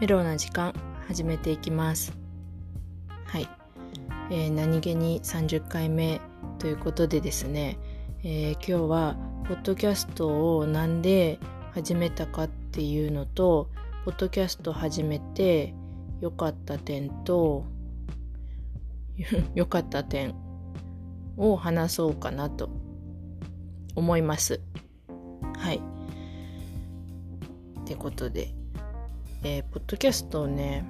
メロウな時間始めていきます。はい、何気に30回目ということでですね、今日はポッドキャストをなんで始めたかっていうのと、ポッドキャスト始めて良かった点と良かった点を話そうかなと思います。はい。ってことで、ポッドキャストをね、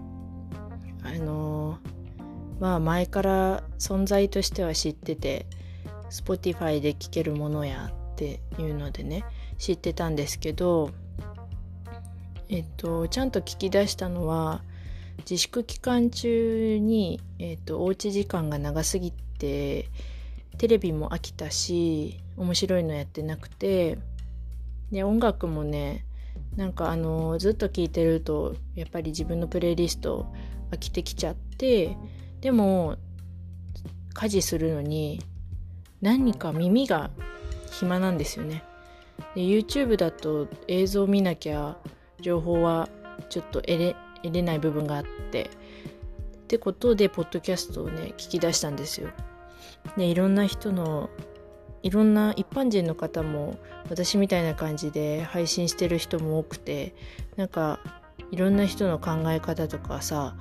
前から存在としては知ってて、Spotify で聴けるものやっていうのでね、知ってたんですけど、ちゃんと聞き出したのは、自粛期間中に、おうち時間が長すぎて、テレビも飽きたし、面白いのやってなくて、で、音楽もね、なんかずっと聴いてるとやっぱり自分のプレイリスト飽きてきちゃって、でも家事するのに何か耳が暇なんですよね。で YouTube だと映像見なきゃ情報はちょっと得れない部分があってことでポッドキャストをね聞き出したんですよ。でいろんな一般人の方も私みたいな感じで配信してる人も多くて、なんかいろんな人の考え方とかさ、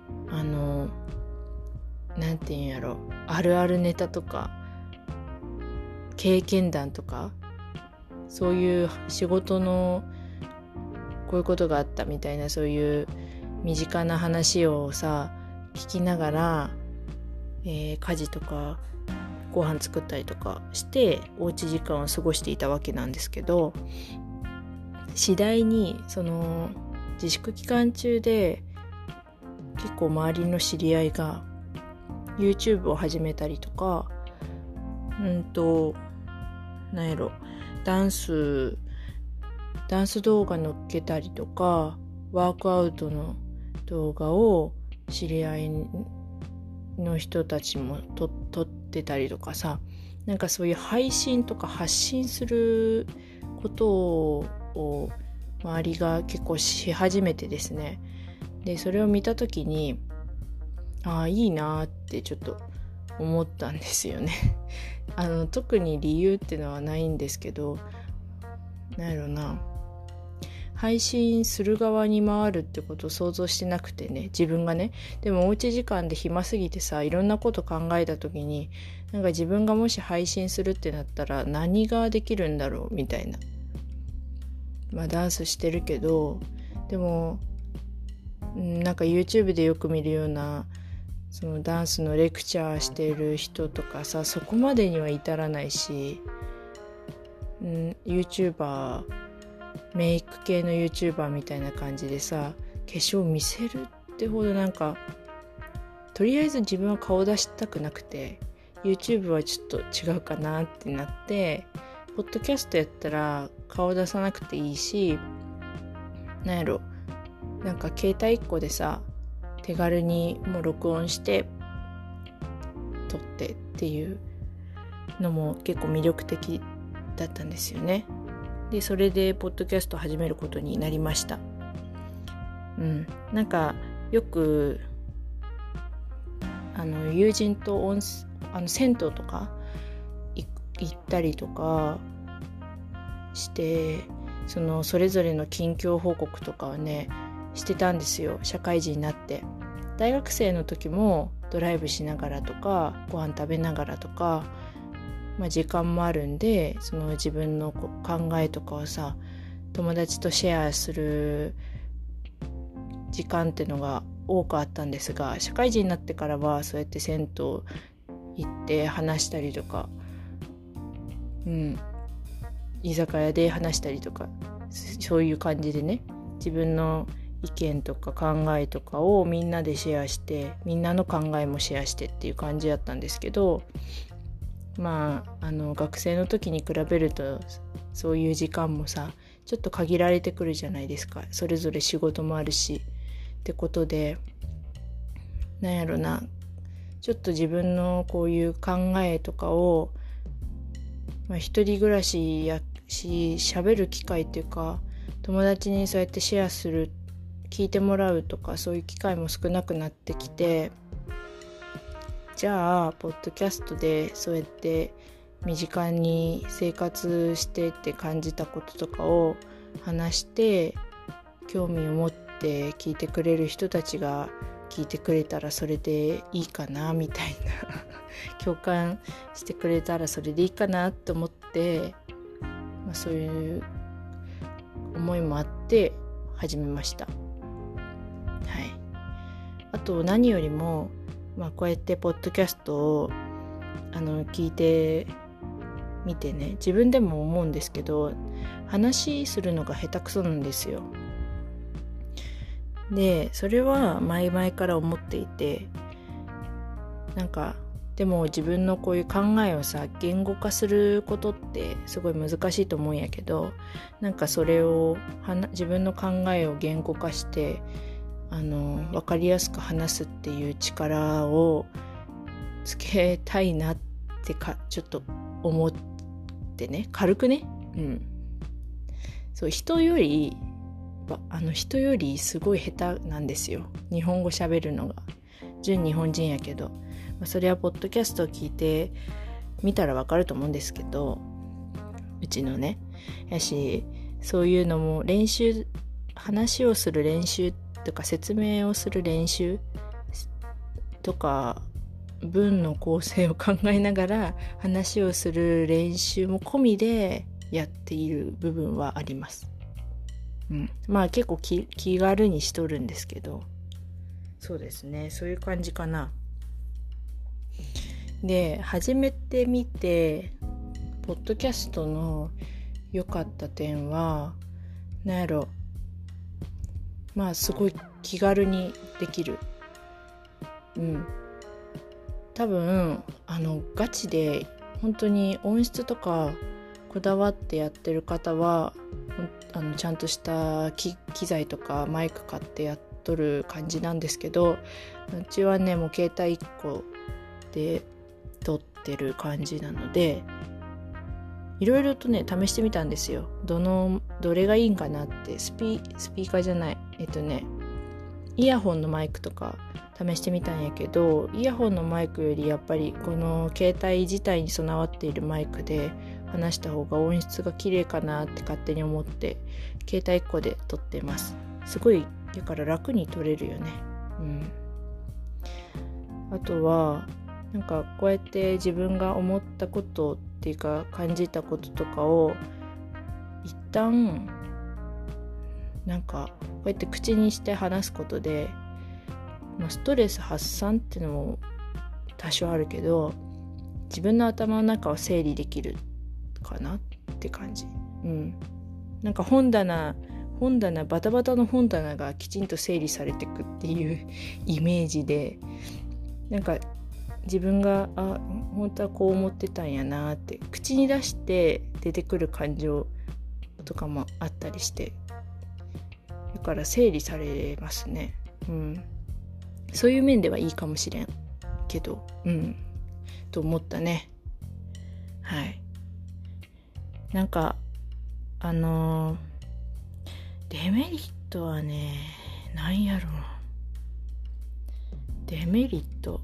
なんていうんやろ、あるあるネタとか経験談とか、そういう仕事のこういうことがあったみたいな、そういう身近な話をさ聞きながら、家事とかご飯作ったりとかしておうち時間を過ごしていたわけなんですけど、次第にその自粛期間中で結構周りの知り合いが YouTube を始めたりとか、なんやろ、ダンス動画載っけたりとか、ワークアウトの動画を知り合いの人たちも撮ってたりとかさ、なんかそういう配信とか発信することを周りが結構し始めてですね、でそれを見た時にいいなってちょっと思ったんですよね特に理由っていうのはないんですけど、なんやろな、配信する側に回るってことを想像してなくてね、自分がね。でもおうち時間で暇すぎてさ、いろんなこと考えた時に、なんか自分がもし配信するってなったら何ができるんだろうみたいな。ダンスしてるけど、でもなんか YouTube でよく見るようなそのダンスのレクチャーしてる人とかさ、そこまでには至らないし、YouTuber、メイク系の YouTuber みたいな感じでさ、化粧見せるってほどなんか、とりあえず自分は顔出したくなくて、 YouTube はちょっと違うかなってなって、ポッドキャストやったら顔出さなくていいし、なんやろ、なんか携帯1個でさ手軽にもう録音して撮ってっていうのも結構魅力的だったんですよね。でそれでポッドキャスト始めることになりました。なんかよく友人と銭湯とか行ったりとかして、それぞれの近況報告とかはねしてたんですよ。社会人になって、大学生の時もドライブしながらとかご飯食べながらとか、時間もあるんで、その自分の考えとかをさ友達とシェアする時間ってのが多くあったんですが、社会人になってからはそうやって銭湯行って話したりとか、居酒屋で話したりとか、そういう感じでね、自分の意見とか考えとかをみんなでシェアして、みんなの考えもシェアしてっていう感じだったんですけど、学生の時に比べるとそういう時間もさちょっと限られてくるじゃないですか。それぞれ仕事もあるしってことで、なんやろな、ちょっと自分のこういう考えとかを、一人暮らしやし喋る機会っていうか、友達にそうやってシェアする機聞いてもらうとかそういう機会も少なくなってきて、じゃあポッドキャストでそうやって身近に生活してって感じたこととかを話して、興味を持って聞いてくれる人たちが聞いてくれたらそれでいいかなみたいな共感してくれたらそれでいいかなと思って、そういう思いもあって始めました。はい。あと何よりも、こうやってポッドキャストを聞いてみてね、自分でも思うんですけど、話するのが下手くそなんですよ。で、それは前々から思っていて、でも自分のこういう考えを言語化することってすごい難しいと思うんやけど、それを自分の考えを言語化して分かりやすく話すっていう力をつけたいなってちょっと思ってね、軽くね、そう、人よりすごい下手なんですよ、日本語喋るのが。純日本人やけど、それはポッドキャストを聞いてみたらわかると思うんですけど、うちのねやし、そういうのも話をする練習とか説明をする練習とか文の構成を考えながら話をする練習も込みでやっている部分はあります。結構気軽にしとるんですけど、そうですね、そういう感じかな。で、始めてみてポッドキャストの良かった点はすごい気軽にできる。多分ガチで本当に音質とかこだわってやってる方はちゃんとした機材とかマイク買ってやっとる感じなんですけど、うちはねもう携帯1個で撮ってる感じなので、いろいろとね試してみたんですよ。どれがいいんかなって。スピーカーじゃないイヤホンのマイクとか試してみたんやけど、イヤホンのマイクよりやっぱりこの携帯自体に備わっているマイクで話した方が音質が綺麗かなって勝手に思って携帯1個で撮ってます。すごいだから楽に撮れるよね。あとはこうやって自分が思ったことっていうか感じたこととかを一旦こうやって口にして話すことで、ストレス発散っていうのも多少あるけど、自分の頭の中を整理できるかなって感じ。本棚バタバタの本棚がきちんと整理されていくっていうイメージで、自分が本当はこう思ってたんやなって口に出して出てくる感情とかもあったりして、だから整理されますね。そういう面ではいいかもしれんけど、と思ったね。はい。デメリットはね、なんやろう。デメリット、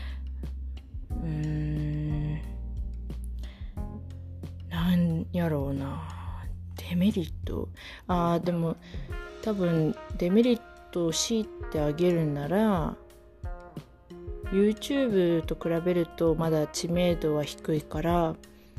なんやろうな。デメリット、でも多分デメリットを強いてあげるなら、YouTube と比べるとまだ知名度は低いから、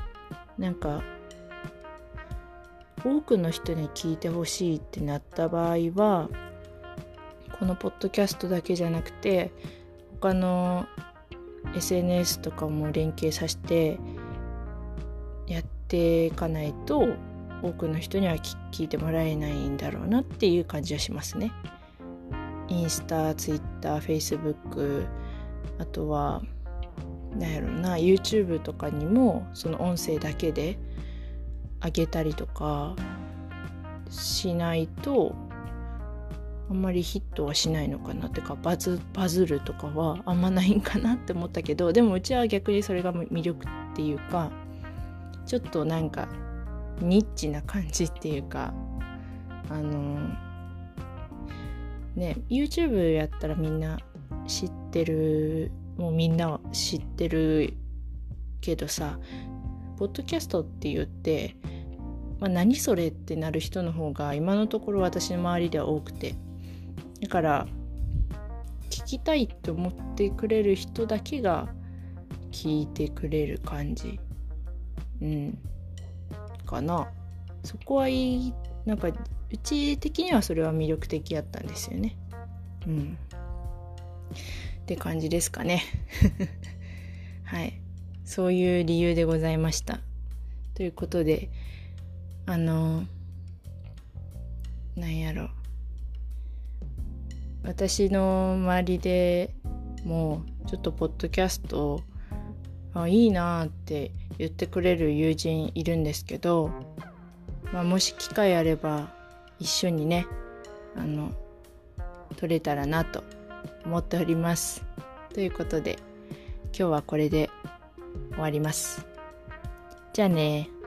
多くの人に聞いてほしいってなった場合は、このポッドキャストだけじゃなくて他の SNS とかも連携させてやっていかないと多くの人には聞いてもらえないんだろうなっていう感じはしますね。インスタ、ツイッター、フェイスブック、あとはYouTube とかにもその音声だけで上げたりとかしないとあんまりヒットはしないのかなってか、バズるとかはあんまないんかなって思ったけど、でもうちは逆にそれが魅力っていうか、ちょっとニッチな感じっていうか、 ね、YouTube やったらみんな知ってる、もうみんな知ってるけどさ、ポッドキャストって言って、何それってなる人の方が今のところ私の周りでは多くて、だから聞きたいと思ってくれる人だけが聞いてくれる感じ、かな。そこはいい、なんかうち的にはそれは魅力的やったんですよね。って感じですかね。はい、そういう理由でございました。ということで、なんやろ、私の周りでもうちょっとポッドキャストいいなって言ってくれる友人いるんですけど、もし機会あれば一緒にね撮れたらなと思っております。ということで今日はこれで終わります。じゃあね。